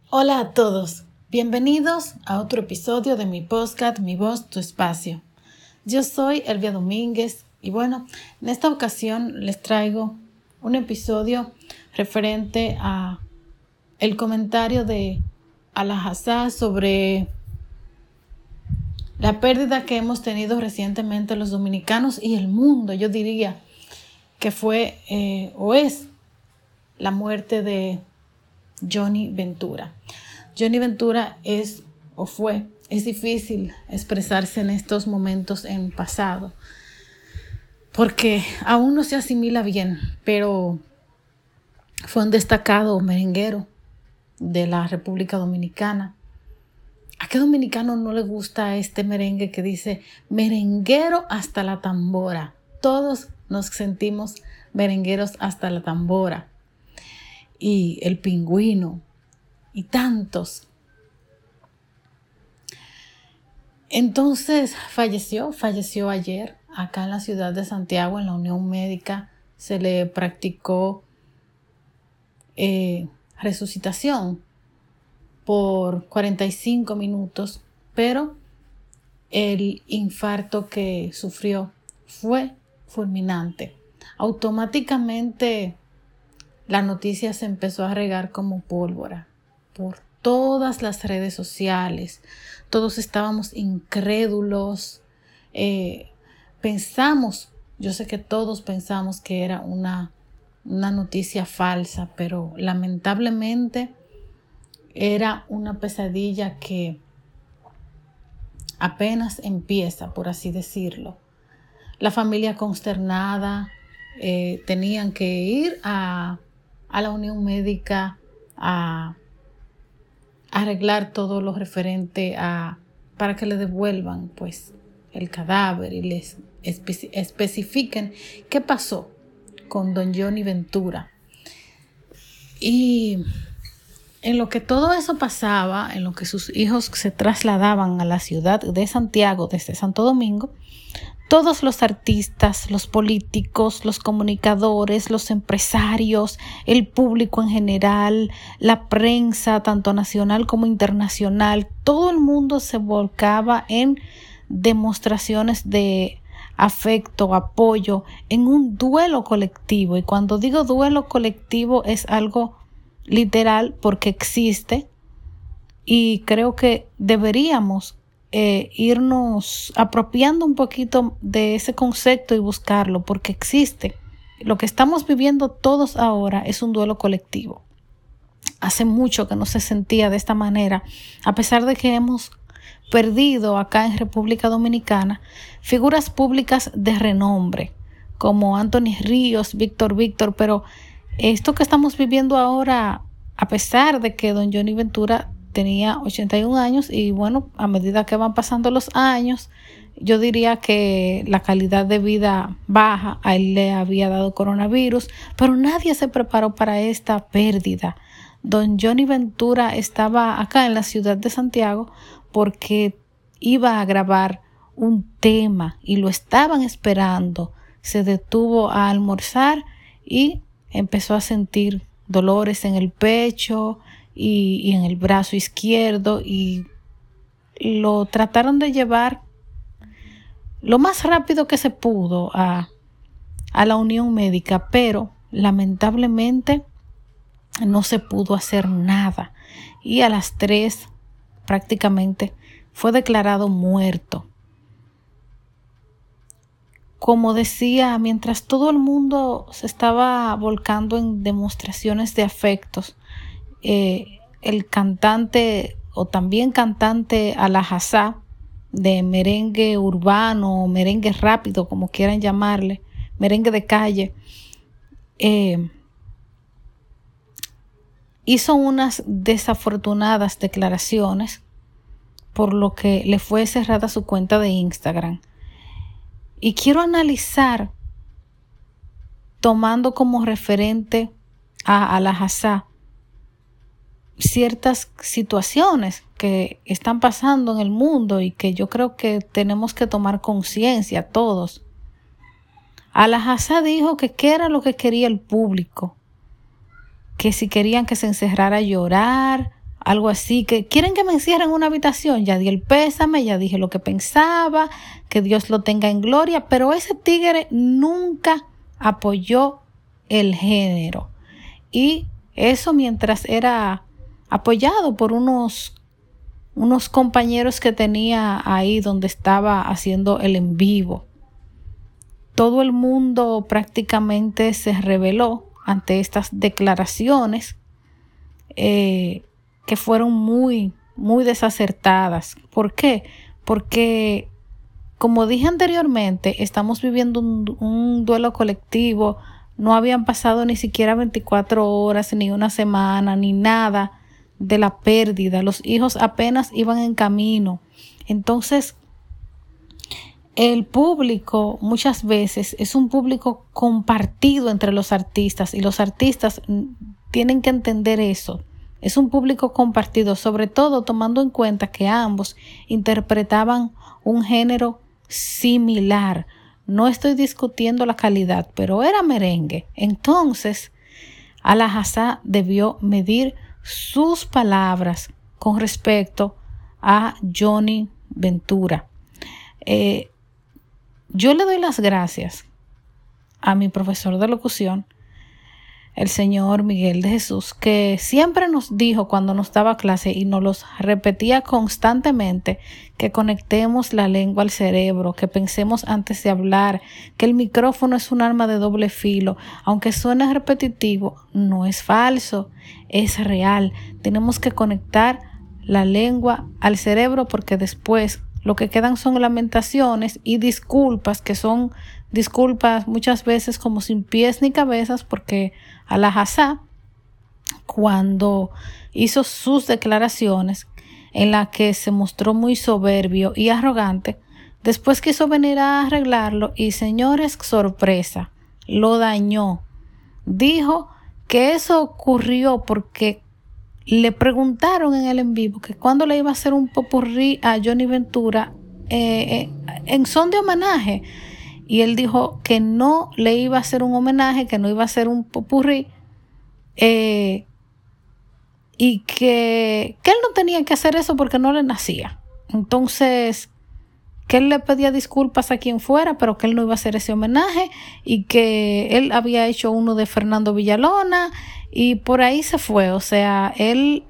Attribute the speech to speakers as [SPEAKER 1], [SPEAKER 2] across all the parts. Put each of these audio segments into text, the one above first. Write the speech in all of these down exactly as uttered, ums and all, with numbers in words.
[SPEAKER 1] Hola a todos, bienvenidos a otro episodio de mi podcast Mi Voz, Tu Espacio. Yo soy Elvia Domínguez y bueno, en esta ocasión les traigo un episodio referente a el comentario de Al-Aqsa sobre la pérdida que hemos tenido recientemente los dominicanos y el mundo. Yo diría que fue eh, o es la muerte de Johnny Ventura. Johnny Ventura es o fue, es difícil expresarse en estos momentos en pasado porque aún no se asimila bien, pero fue un destacado merenguero de la República Dominicana. ¿A qué dominicano no le gusta este merengue que dice merenguero hasta la tambora? Todos nos sentimos merengueros hasta la tambora. Y el Pingüino y tantos. Entonces falleció, falleció ayer acá en la ciudad de Santiago, en la Unión Médica. Se le practicó eh, resucitación por cuarenta y cinco minutos, pero el infarto que sufrió fue fulminante. Automáticamente la noticia se empezó a regar como pólvora por todas las redes sociales. Todos estábamos incrédulos. Eh, pensamos, yo sé que todos pensamos que era una, una noticia falsa, pero lamentablemente era una pesadilla que apenas empieza, por así decirlo. La familia consternada, eh, tenían que ir a a la Unión Médica a arreglar todo lo referente a para que le devuelvan pues el cadáver y les espe- especifiquen qué pasó con don Johnny Ventura. Y en lo que todo eso pasaba, en lo que sus hijos se trasladaban a la ciudad de Santiago desde Santo Domingo, todos los artistas, los políticos, los comunicadores, los empresarios, el público en general, la prensa, tanto nacional como internacional, todo el mundo se volcaba en demostraciones de afecto, apoyo, en un duelo colectivo. Y cuando digo duelo colectivo es algo literal porque existe y creo que deberíamos Eh, irnos apropiando un poquito de ese concepto y buscarlo porque existe. Lo que estamos viviendo todos ahora es un duelo colectivo. Hace mucho que no se sentía de esta manera, a pesar de que hemos perdido acá en República Dominicana figuras públicas de renombre como Anthony Ríos, Víctor Víctor, pero esto que estamos viviendo ahora, a pesar de que don Johnny Ventura tenía ochenta y un años y bueno, a medida que van pasando los años, yo diría que la calidad de vida baja, a él le había dado coronavirus, pero nadie se preparó para esta pérdida. Don Johnny Ventura estaba acá en la ciudad de Santiago porque iba a grabar un tema y lo estaban esperando. Se detuvo a almorzar y empezó a sentir dolores en el pecho Y, y en el brazo izquierdo y lo trataron de llevar lo más rápido que se pudo a, a la Unión Médica, pero lamentablemente no se pudo hacer nada y a las tres prácticamente fue declarado muerto. Como decía, mientras todo el mundo se estaba volcando en demostraciones de afectos, Eh, el cantante o también cantante Al-Aqsa de merengue urbano o merengue rápido, como quieran llamarle, merengue de calle, eh, hizo unas desafortunadas declaraciones por lo que le fue cerrada su cuenta de Instagram. Y quiero analizar, tomando como referente a Al-Aqsa, ciertas situaciones que están pasando en el mundo y que yo creo que tenemos que tomar conciencia todos. Al-Aqsa dijo que qué era lo que quería el público, que si querían que se encerrara a llorar, algo así, que quieren que me encierren en una habitación. Ya di el pésame, ya dije lo que pensaba, que Dios lo tenga en gloria, pero ese tigre nunca apoyó el género. Y eso mientras era apoyado por unos, unos compañeros que tenía ahí donde estaba haciendo el en vivo. Todo el mundo prácticamente se rebeló ante estas declaraciones eh, que fueron muy, muy desacertadas. ¿Por qué? Porque, como dije anteriormente, estamos viviendo un, un duelo colectivo. No habían pasado ni siquiera veinticuatro horas, ni una semana, ni nada de la pérdida. Los hijos apenas iban en camino. Entonces, el público muchas veces es un público compartido entre los artistas, y los artistas tienen que entender eso. Es un público compartido, sobre todo tomando en cuenta que ambos interpretaban un género similar. No estoy discutiendo la calidad, pero era merengue. Entonces, Alajaza debió medir sus palabras con respecto a Johnny Ventura. Eh, yo le doy las gracias a mi profesor de locución, el señor Miguel de Jesús, que siempre nos dijo cuando nos daba clase y nos los repetía constantemente, que conectemos la lengua al cerebro, que pensemos antes de hablar, que el micrófono es un arma de doble filo. Aunque suene repetitivo, no es falso, es real. Tenemos que conectar la lengua al cerebro, porque después lo que quedan son lamentaciones y disculpas, que son disculpas muchas veces como sin pies ni cabezas, porque Alajaza, cuando hizo sus declaraciones en las que se mostró muy soberbio y arrogante, después quiso venir a arreglarlo y, señores, sorpresa, lo dañó. Dijo que eso ocurrió porque le preguntaron en el en vivo que cuándo le iba a hacer un popurrí a Johnny Ventura eh, eh, en son de homenaje. Y él dijo que no le iba a hacer un homenaje, que no iba a hacer un popurrí, eh, y que, que él no tenía que hacer eso porque no le nacía. Entonces, que él le pedía disculpas a quien fuera, pero que él no iba a hacer ese homenaje, y que él había hecho uno de Fernando Villalona, y por ahí se fue. O sea, él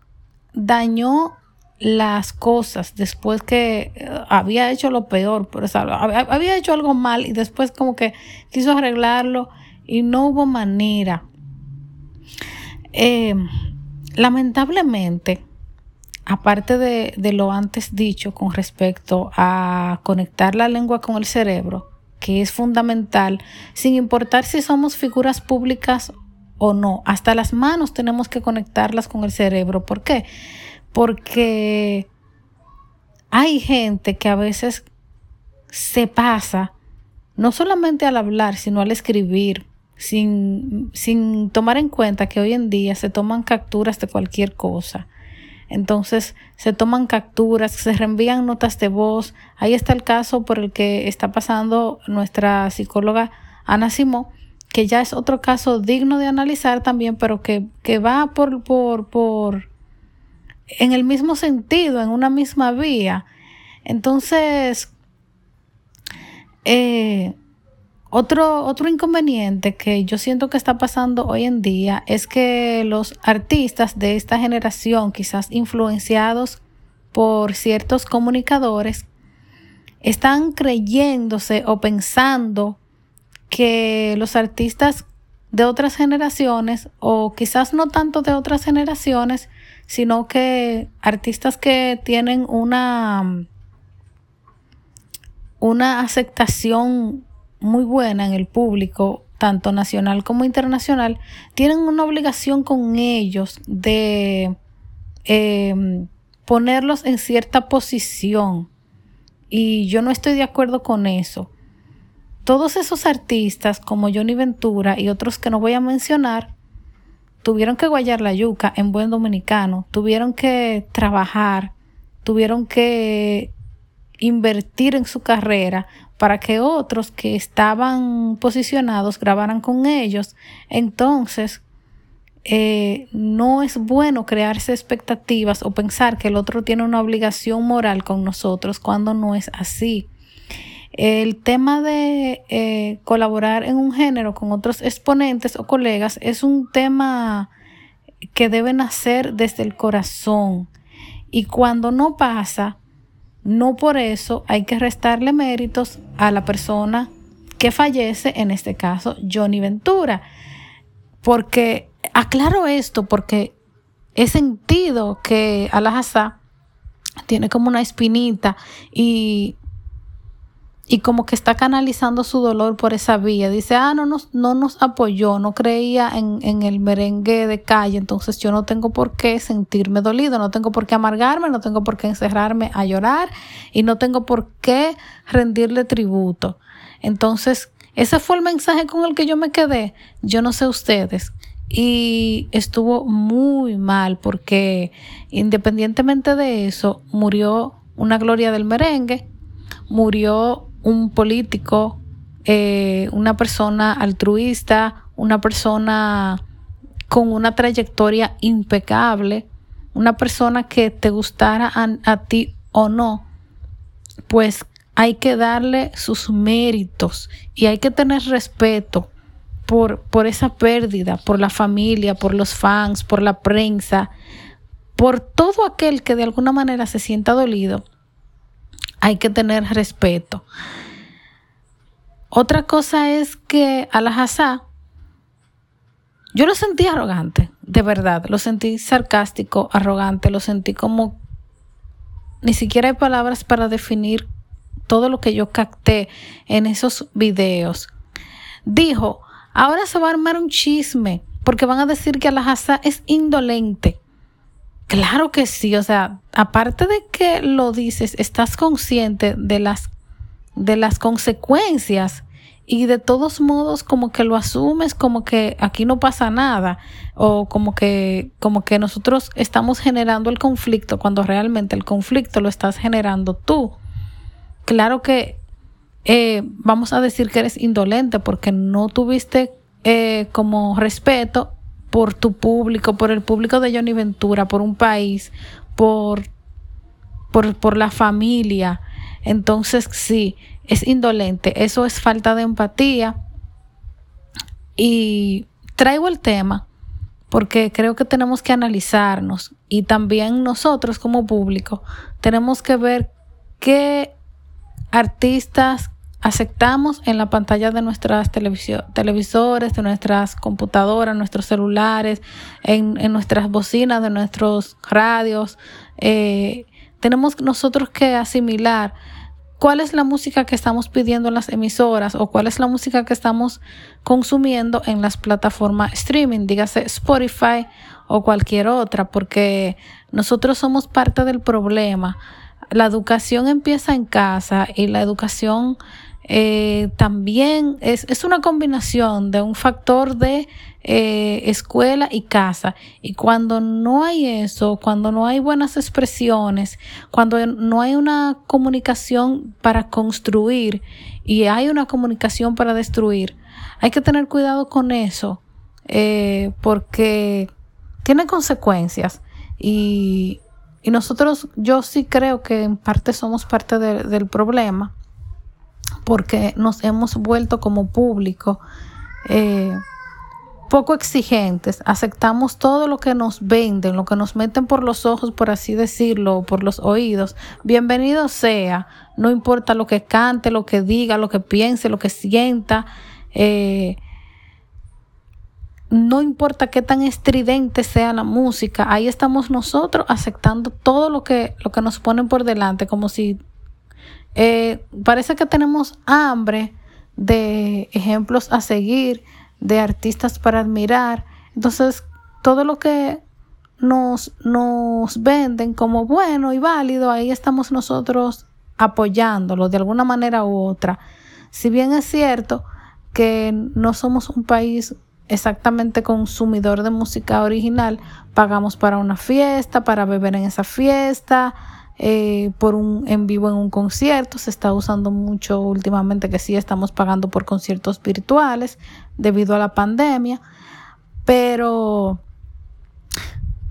[SPEAKER 1] dañó las cosas después que había hecho lo peor, pero, o sea, había hecho algo mal y después como que quiso arreglarlo y no hubo manera. Eh, lamentablemente, aparte de, de lo antes dicho con respecto a conectar la lengua con el cerebro, que es fundamental, sin importar si somos figuras públicas o no, hasta las manos tenemos que conectarlas con el cerebro. ¿Por qué? Porque hay gente que a veces se pasa, no solamente al hablar, sino al escribir, sin, sin tomar en cuenta que hoy en día se toman capturas de cualquier cosa. Entonces se toman capturas, se reenvían notas de voz. Ahí está el caso por el que está pasando nuestra psicóloga Ana Simó, que ya es otro caso digno de analizar también, pero que, que va por, por, por en el mismo sentido, en una misma vía. Entonces, eh, otro, otro inconveniente que yo siento que está pasando hoy en día es que los artistas de esta generación, quizás influenciados por ciertos comunicadores, están creyéndose o pensando que los artistas de otras generaciones, o quizás no tanto de otras generaciones, sino que artistas que tienen una, una aceptación muy buena en el público, tanto nacional como internacional, tienen una obligación con ellos de eh, ponerlos en cierta posición. Y yo no estoy de acuerdo con eso. Todos esos artistas como Johnny Ventura y otros que no voy a mencionar tuvieron que guayar la yuca en buen dominicano, tuvieron que trabajar, tuvieron que invertir en su carrera para que otros que estaban posicionados grabaran con ellos. Entonces, eh, no es bueno crearse expectativas o pensar que el otro tiene una obligación moral con nosotros cuando no es así. El tema de eh, colaborar en un género con otros exponentes o colegas es un tema que debe nacer desde el corazón, y cuando no pasa, no por eso hay que restarle méritos a la persona que fallece, en este caso Johnny Ventura. Porque, aclaro esto porque he sentido que Alajaza tiene como una espinita y, y como que está canalizando su dolor por esa vía. Dice, ah, no nos, no nos apoyó, no creía en, en el merengue de calle, entonces yo no tengo por qué sentirme dolido, no tengo por qué amargarme, no tengo por qué encerrarme a llorar y no tengo por qué rendirle tributo. Entonces, ese fue el mensaje con el que yo me quedé. Yo no sé ustedes. Y estuvo muy mal porque independientemente de eso, murió una gloria del merengue, murió un político, eh, una persona altruista, una persona con una trayectoria impecable, una persona que te gustara a, a ti o no, pues hay que darle sus méritos y hay que tener respeto por, por esa pérdida, por la familia, por los fans, por la prensa, por todo aquel que de alguna manera se sienta dolido. Hay que tener respeto. Otra cosa es que Alajaza, yo lo sentí arrogante, de verdad, lo sentí sarcástico, arrogante, lo sentí como, ni siquiera hay palabras para definir todo lo que yo capté en esos videos. Dijo, ahora se va a armar un chisme porque van a decir que Alajaza es indolente. Claro que sí, o sea, aparte de que lo dices, estás consciente de las, de las consecuencias y de todos modos como que lo asumes como que aquí no pasa nada o como que, como que nosotros estamos generando el conflicto cuando realmente el conflicto lo estás generando tú. Claro que eh, vamos a decir que eres indolente porque no tuviste eh, como respeto por tu público, por el público de Johnny Ventura, por un país, por, por, por la familia. Entonces sí, es indolente, eso es falta de empatía. Y traigo el tema porque creo que tenemos que analizarnos y también nosotros como público tenemos que ver qué artistas aceptamos en la pantalla de nuestras televisores, de nuestras computadoras, nuestros celulares, en, en nuestras bocinas, de nuestros radios. Eh, tenemos nosotros que asimilar cuál es la música que estamos pidiendo en las emisoras o cuál es la música que estamos consumiendo en las plataformas streaming, dígase Spotify o cualquier otra, porque nosotros somos parte del problema. La educación empieza en casa y la educación eh, también es, es una combinación de un factor de eh, escuela y casa. Y cuando no hay eso, cuando no hay buenas expresiones, cuando no hay una comunicación para construir y hay una comunicación para destruir, hay que tener cuidado con eso eh, porque tiene consecuencias. Y Y nosotros, yo sí creo que en parte somos parte de, del problema porque nos hemos vuelto como público eh, poco exigentes. Aceptamos todo lo que nos venden, lo que nos meten por los ojos, por así decirlo, por los oídos. Bienvenido sea, no importa lo que cante, lo que diga, lo que piense, lo que sienta. Eh, No importa qué tan estridente sea la música, ahí estamos nosotros aceptando todo lo que, lo que nos ponen por delante, como si eh, parece que tenemos hambre de ejemplos a seguir, de artistas para admirar. Entonces, todo lo que nos, nos venden como bueno y válido, ahí estamos nosotros apoyándolo de alguna manera u otra. Si bien es cierto que no somos un país exactamente consumidor de música original, pagamos para una fiesta, para beber en esa fiesta, eh, por un en vivo en un concierto. Se está usando mucho últimamente que sí estamos pagando por conciertos virtuales debido a la pandemia, pero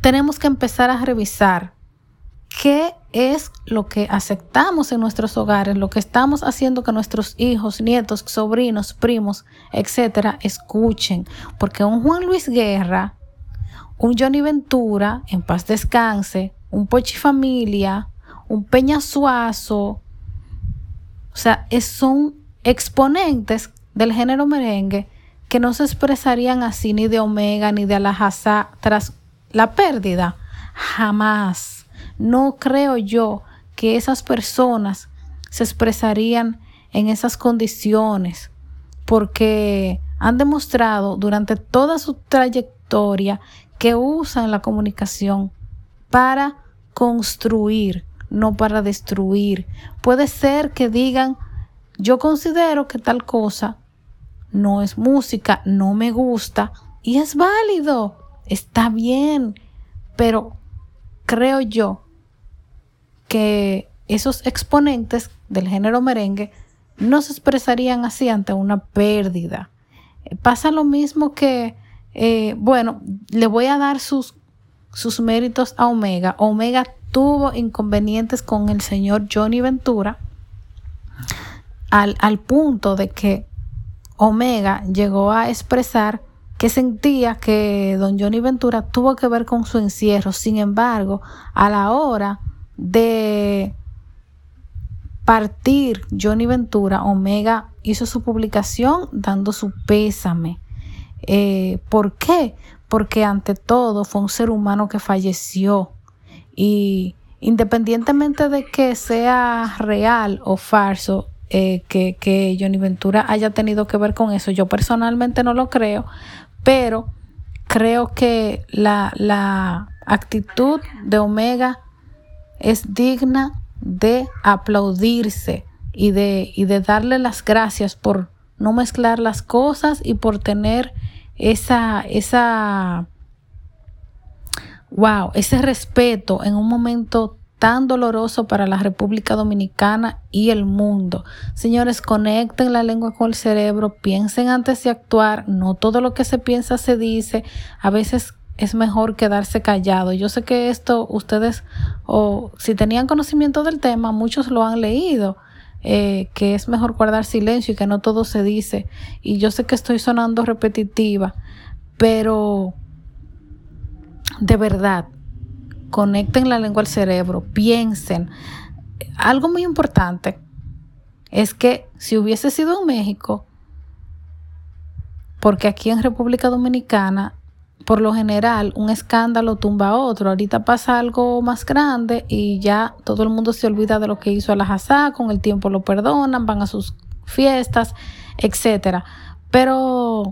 [SPEAKER 1] tenemos que empezar a revisar qué es lo que aceptamos en nuestros hogares, lo que estamos haciendo que nuestros hijos, nietos, sobrinos, primos, etcétera, escuchen. Porque un Juan Luis Guerra, un Johnny Ventura, en paz descanse, un Pochi Familia, un Peña Suazo, o sea, es, son exponentes del género merengue que no se expresarían así ni de Omega ni de Alajazá tras la pérdida. Jamás. No creo yo que esas personas se expresarían en esas condiciones, porque han demostrado durante toda su trayectoria que usan la comunicación para construir, no para destruir. Puede ser que digan, yo considero que tal cosa no es música, no me gusta, y es válido, está bien, pero creo yo que esos exponentes del género merengue no se expresarían así ante una pérdida. Eh, pasa lo mismo que, eh, bueno, le voy a dar sus, sus méritos a Omega. Omega tuvo inconvenientes con el señor Johnny Ventura al, al punto de que Omega llegó a expresar que sentía que don Johnny Ventura tuvo que ver con su encierro. Sin embargo, a la hora de partir Johnny Ventura, Omega hizo su publicación dando su pésame. Eh, ¿Por qué? Porque ante todo fue un ser humano que falleció, y independientemente de que sea real o falso, eh, que, que Johnny Ventura haya tenido que ver con eso, yo personalmente no lo creo, pero creo que la, la actitud de Omega es digna de aplaudirse y de, y de darle las gracias por no mezclar las cosas y por tener esa, esa, wow, ese respeto en un momento tan doloroso para la República Dominicana y el mundo. Señores, conecten la lengua con el cerebro, piensen antes de actuar, no todo lo que se piensa se dice, a veces es mejor quedarse callado. Yo sé que esto ustedes, o si tenían conocimiento del tema, muchos lo han leído, eh, que es mejor guardar silencio y que no todo se dice. Y yo sé que estoy sonando repetitiva, pero de verdad, conecten la lengua al cerebro, piensen. Algo muy importante es que si hubiese sido en México, porque aquí en República Dominicana, por lo general, un escándalo tumba a otro. Ahorita pasa algo más grande y ya todo el mundo se olvida de lo que hizo Alajazá, con el tiempo lo perdonan, van a sus fiestas, etcétera. Pero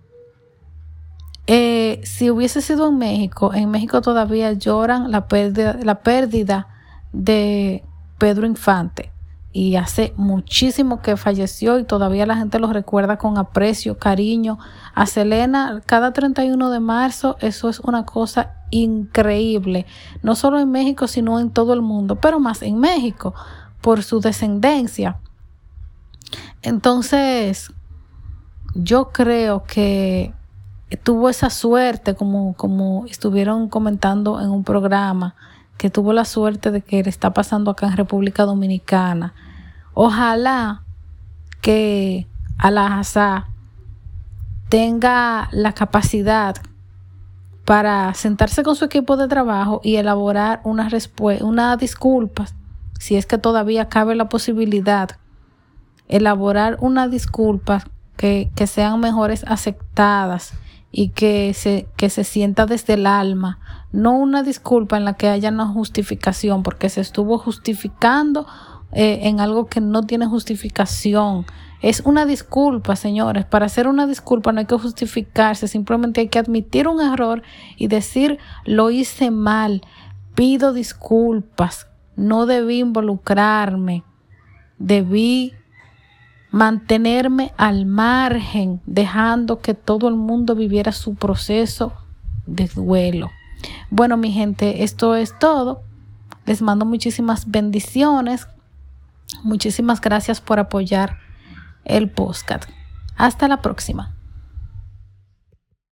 [SPEAKER 1] eh, si hubiese sido en México, en México todavía lloran la pérdida, la pérdida de Pedro Infante. Y hace muchísimo que falleció y todavía la gente lo recuerda con aprecio, cariño. A Selena, cada treinta y uno de marzo, eso es una cosa increíble. No solo en México, sino en todo el mundo, pero más en México, por su descendencia. Entonces, yo creo que tuvo esa suerte, como, como estuvieron comentando en un programa, que tuvo la suerte de que le está pasando acá en República Dominicana. Ojalá que Alajazá tenga la capacidad para sentarse con su equipo de trabajo y elaborar una respuesta, una disculpa, si es que todavía cabe la posibilidad, elaborar una disculpa que, que sean mejores aceptadas y que se, que se sienta desde el alma, no una disculpa en la que haya una justificación, porque se estuvo justificando eh, en algo que no tiene justificación. Es una disculpa, señores. Para hacer una disculpa no hay que justificarse, simplemente hay que admitir un error y decir, lo hice mal, pido disculpas, no debí involucrarme, debí mantenerme al margen, dejando que todo el mundo viviera su proceso de duelo. Bueno, mi gente, esto es todo. Les mando muchísimas bendiciones. Muchísimas gracias por apoyar el podcast. Hasta la próxima.